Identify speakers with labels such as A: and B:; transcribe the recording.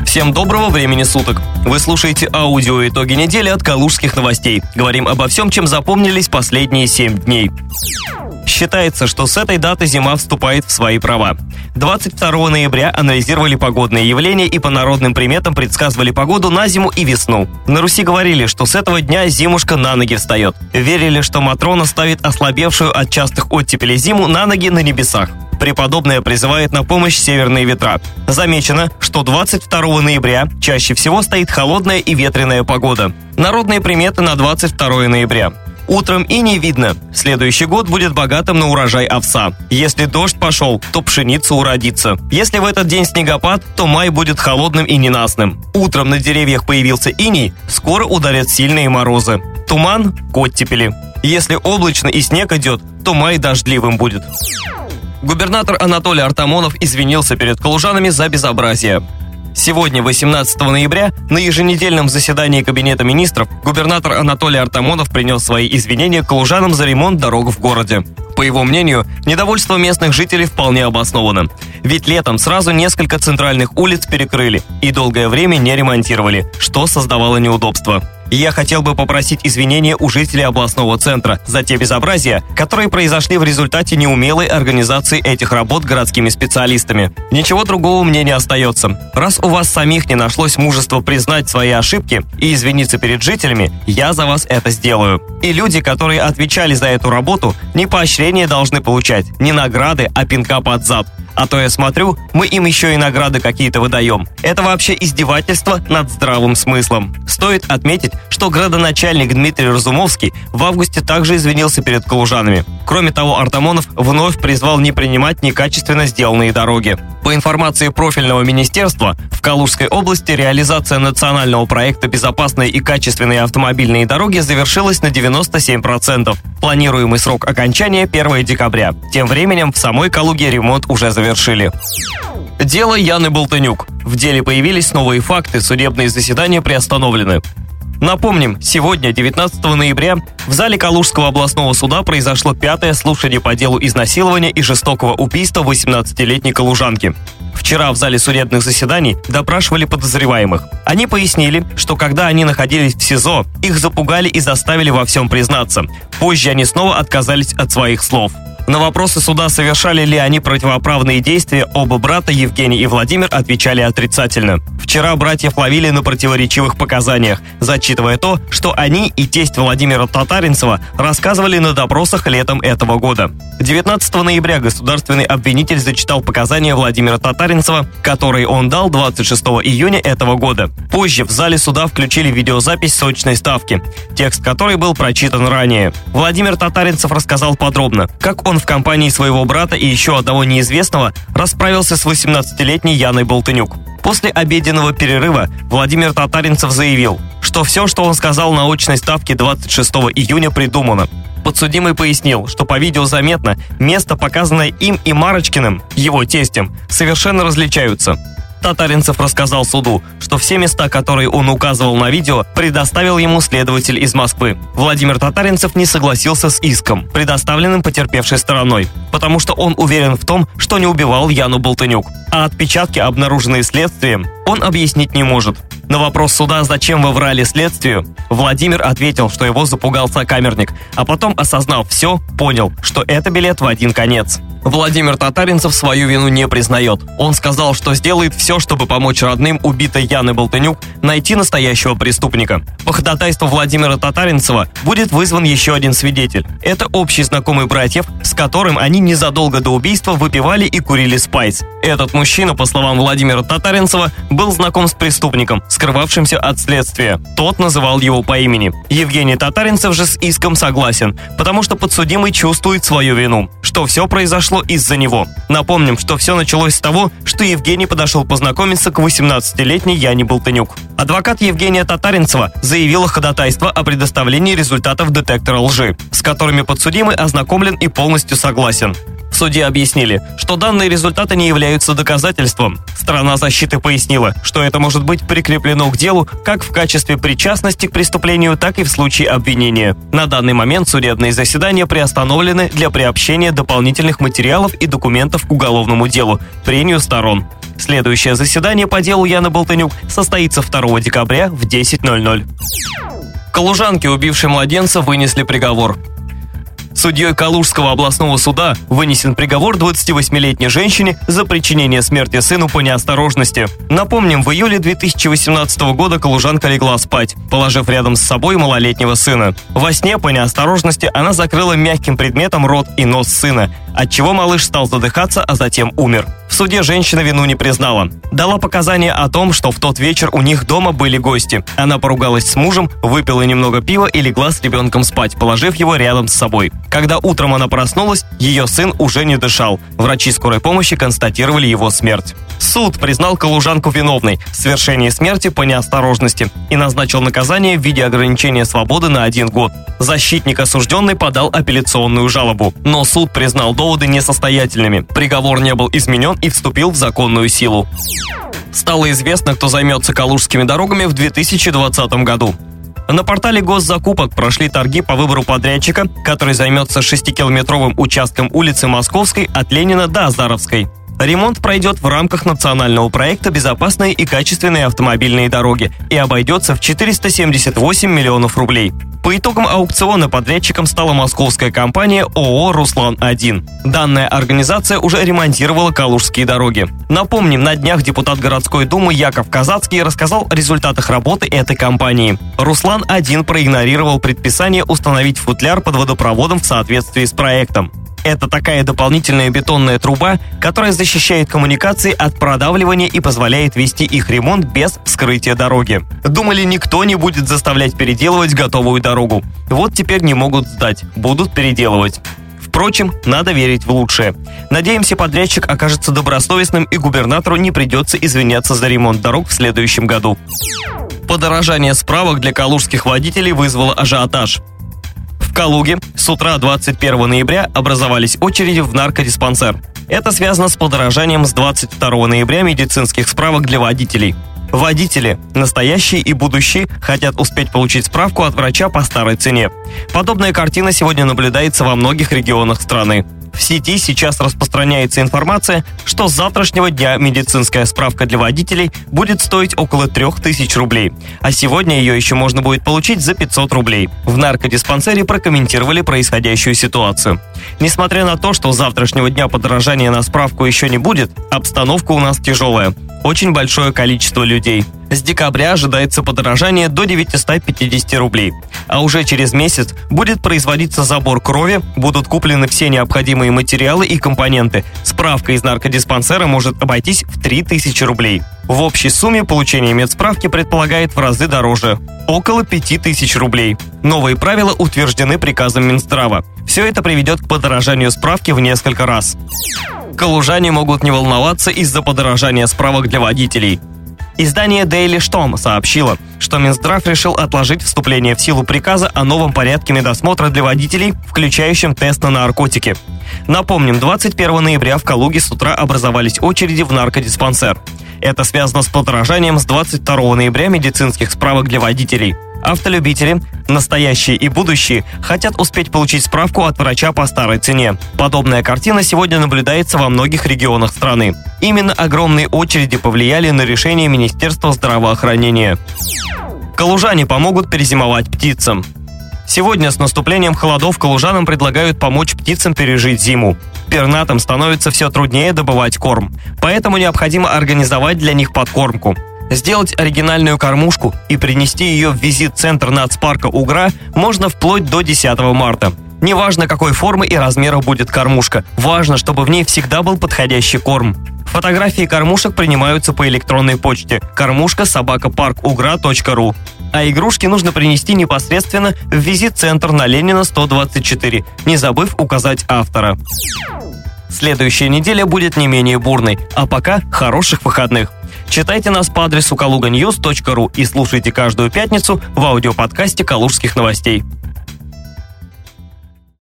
A: Всем доброго времени суток. Вы слушаете аудио «Итоги недели» от Калужских новостей. Говорим обо всем, чем запомнились последние 7 дней. Считается, что с этой даты зима вступает в свои права. 22 ноября анализировали погодные явления и по народным приметам предсказывали погоду на зиму и весну. На Руси говорили, что с этого дня зимушка на ноги встает. Верили, что Матрона ставит ослабевшую от частых оттепелей зиму на ноги на небесах. Преподобная призывает на помощь северные ветра. Замечено, что 22 ноября чаще всего стоит холодная и ветреная погода. Народные приметы на 22 ноября. Утром и не видно. Следующий год будет богатым на урожай овса. Если дождь пошел, то пшеница уродится. Если в этот день снегопад, то май будет холодным и ненастным. Утром на деревьях появился иней, скоро ударят сильные морозы. Туман – к оттепели. Если облачно и снег идет, то май дождливым будет. Губернатор Анатолий Артамонов извинился перед калужанами за безобразие. Сегодня, 18 ноября, на еженедельном заседании Кабинета министров губернатор Анатолий Артамонов принес свои извинения калужанам за ремонт дорог в городе. По его мнению, недовольство местных жителей вполне обосновано. Ведь летом сразу несколько центральных улиц перекрыли и долгое время не ремонтировали, что создавало неудобства. Я хотел бы попросить извинения у жителей областного центра за те безобразия, которые произошли в результате неумелой организации этих работ городскими специалистами. Ничего другого мне не остается. Раз у вас самих не нашлось мужества признать свои ошибки и извиниться перед жителями, я за вас это сделаю. И люди, которые отвечали за эту работу, не поощрения должны получать, не награды, а пинка под зад. А то я смотрю, мы им еще и награды какие-то выдаем. Это вообще издевательство над здравым смыслом. Стоит отметить, что градоначальник Дмитрий Разумовский в августе также извинился перед калужанами. Кроме того, Артамонов вновь призвал не принимать некачественно сделанные дороги. По информации профильного министерства, в Калужской области реализация национального проекта «Безопасные и качественные автомобильные дороги» завершилась на 97%. Планируемый срок окончания – 1 декабря. Тем временем в самой Калуге ремонт уже завершили. Дело Яны Болтынюк. В деле появились новые факты, судебные заседания приостановлены. Напомним, сегодня, 19 ноября, в зале Калужского областного суда произошло 5-е слушание по делу изнасилования и жестокого убийства 18-летней калужанки. Вчера в зале судебных заседаний допрашивали подозреваемых. Они пояснили, что когда они находились в СИЗО, их запугали и заставили во всем признаться. Позже они снова отказались от своих слов. На вопросы суда, совершали ли они противоправные действия, оба брата, Евгений и Владимир, отвечали отрицательно. Вчера братьев ловили на противоречивых показаниях, зачитывая то, что они и тесть Владимира Татаринцева рассказывали на допросах летом этого года. 19 ноября государственный обвинитель зачитал показания Владимира Татаринцева, которые он дал 26 июня этого года. Позже в зале суда включили видеозапись с очной ставки, текст которой был прочитан ранее. Владимир Татаринцев рассказал подробно, как он в компании своего брата и еще одного неизвестного расправился с 18-летней Яной Болтынюк. После обеденного перерыва Владимир Татаринцев заявил, что все, что он сказал на очной ставке 26 июня, придумано. Подсудимый пояснил, что по видео заметно, место, показанное им и Марочкиным, его тестем, совершенно различаются. Татаринцев рассказал суду, что все места, которые он указывал на видео, предоставил ему следователь из Москвы. Владимир Татаринцев не согласился с иском, предоставленным потерпевшей стороной, потому что он уверен в том, что не убивал Яну Болтынюк. А отпечатки, обнаруженные следствием, он объяснить не может. На вопрос суда, зачем вы врали следствию, Владимир ответил, что его запугал сокамерник, а потом, осознав все, понял, что это билет в один конец. Владимир Татаринцев свою вину не признает. Он сказал, что сделает все, чтобы помочь родным убитой Яны Болтынюк найти настоящего преступника. По ходатайству Владимира Татаринцева будет вызван еще один свидетель. Это общий знакомый братьев, с которым они незадолго до убийства выпивали и курили спайс. Этот мужчина, по словам Владимира Татаринцева, был знаком с преступником, скрывавшимся от следствия. Тот называл его по имени. Евгений Татаринцев же с иском согласен, потому что подсудимый чувствует свою вину, что все произошло из-за него. Напомним, что все началось с того, что Евгений подошел познакомиться к 18-летней Яне Болтынюк. Адвокат Евгения Татаринцева заявила ходатайство о предоставлении результатов детектора лжи, с которыми подсудимый ознакомлен и полностью согласен. В суде объяснили, что данные результаты не являются доказательством. Сторона защиты пояснила, что это может быть прикреплено к делу как в качестве причастности к преступлению, так и в случае обвинения. На данный момент судебные заседания приостановлены для приобщения дополнительных материалов и документов к уголовному делу, прению сторон. Следующее заседание по делу Яны Болтынюк состоится 2 декабря в 10:00. Калужанки, убившие младенца, вынесли приговор. Судьей Калужского областного суда вынесен приговор 28-летней женщине за причинение смерти сыну по неосторожности. Напомним, в июле 2018 года калужанка легла спать, положив рядом с собой малолетнего сына. Во сне по неосторожности она закрыла мягким предметом рот и нос сына, отчего малыш стал задыхаться, а затем умер. В суде женщина вину не признала. Дала показания о том, что в тот вечер у них дома были гости. Она поругалась с мужем, выпила немного пива и легла с ребенком спать, положив его рядом с собой. Когда утром она проснулась, ее сын уже не дышал. Врачи скорой помощи констатировали его смерть. Суд признал калужанку виновной в совершении смерти по неосторожности и назначил наказание в виде ограничения свободы на 1 год. Защитник осужденной подал апелляционную жалобу, но суд признал доводы несостоятельными. Приговор не был изменен и вступил в законную силу. Стало известно, кто займется калужскими дорогами в 2020 году. На портале госзакупок прошли торги по выбору подрядчика, который займется 6-километровым участком улицы Московской от Ленина до Азаровской. Ремонт пройдет в рамках национального проекта «Безопасные и качественные автомобильные дороги» и обойдется в 478 миллионов рублей. По итогам аукциона подрядчиком стала московская компания ООО «Руслан-1». Данная организация уже ремонтировала калужские дороги. Напомним, на днях депутат городской думы Яков Казацкий рассказал о результатах работы этой компании. «Руслан-1» проигнорировал предписание установить футляр под водопроводом в соответствии с проектом. Это такая дополнительная бетонная труба, которая защищает коммуникации от продавливания и позволяет вести их ремонт без вскрытия дороги. Думали, никто не будет заставлять переделывать готовую дорогу. Вот теперь не могут сдать, будут переделывать. Впрочем, надо верить в лучшее. Надеемся, подрядчик окажется добросовестным и губернатору не придется извиняться за ремонт дорог в следующем году. Подорожание справок для калужских водителей вызвало ажиотаж. В Калуге с утра 21 ноября образовались очереди в наркодиспансер. Это связано с подорожанием с 22 ноября медицинских справок для водителей. Водители, настоящие и будущие, хотят успеть получить справку от врача по старой цене. Подобная картина сегодня наблюдается во многих регионах страны. В сети сейчас распространяется информация, что с завтрашнего дня медицинская справка для водителей будет стоить около 3000 рублей, а сегодня ее еще можно будет получить за 500 рублей. В наркодиспансере прокомментировали происходящую ситуацию. Несмотря на то, что с завтрашнего дня подорожания на справку еще не будет, обстановка у нас тяжелая. Очень большое количество людей. С декабря ожидается подорожание до 950 рублей. А уже через месяц будет производиться забор крови, будут куплены все необходимые материалы и компоненты. Справка из наркодиспансера может обойтись в 3000 рублей. В общей сумме получение медсправки предполагает в разы дороже – около 5000 рублей. Новые правила утверждены приказом Минздрава. Все это приведет к подорожанию справки в несколько раз. Калужане могут не волноваться из-за подорожания справок для водителей. Издание Daily Storm сообщило, что Минздрав решил отложить вступление в силу приказа о новом порядке медосмотра для водителей, включающем тест на наркотики. Напомним, 21 ноября в Калуге с утра образовались очереди в наркодиспансер. Это связано с подорожанием с 22 ноября медицинских справок для водителей. Автолюбители, настоящие и будущие, хотят успеть получить справку от врача по старой цене. Подобная картина сегодня наблюдается во многих регионах страны. Именно огромные очереди повлияли на решение Министерства здравоохранения. Калужане помогут перезимовать птицам. Сегодня с наступлением холодов калужанам предлагают помочь птицам пережить зиму. Пернатым становится все труднее добывать корм, поэтому необходимо организовать для них подкормку. Сделать оригинальную кормушку и принести ее в визит-центр нацпарка Угра можно вплоть до 10 марта. Неважно, какой формы и размера будет кормушка, важно, чтобы в ней всегда был подходящий корм. Фотографии кормушек принимаются по электронной почте кормушка@parkugra.ru. А игрушки нужно принести непосредственно в визит-центр на Ленина 124, не забыв указать автора. Следующая неделя будет не менее бурной, а пока хороших выходных. Читайте нас по адресу kaluganews.ru и слушайте каждую пятницу в аудиоподкасте «Калужских новостей».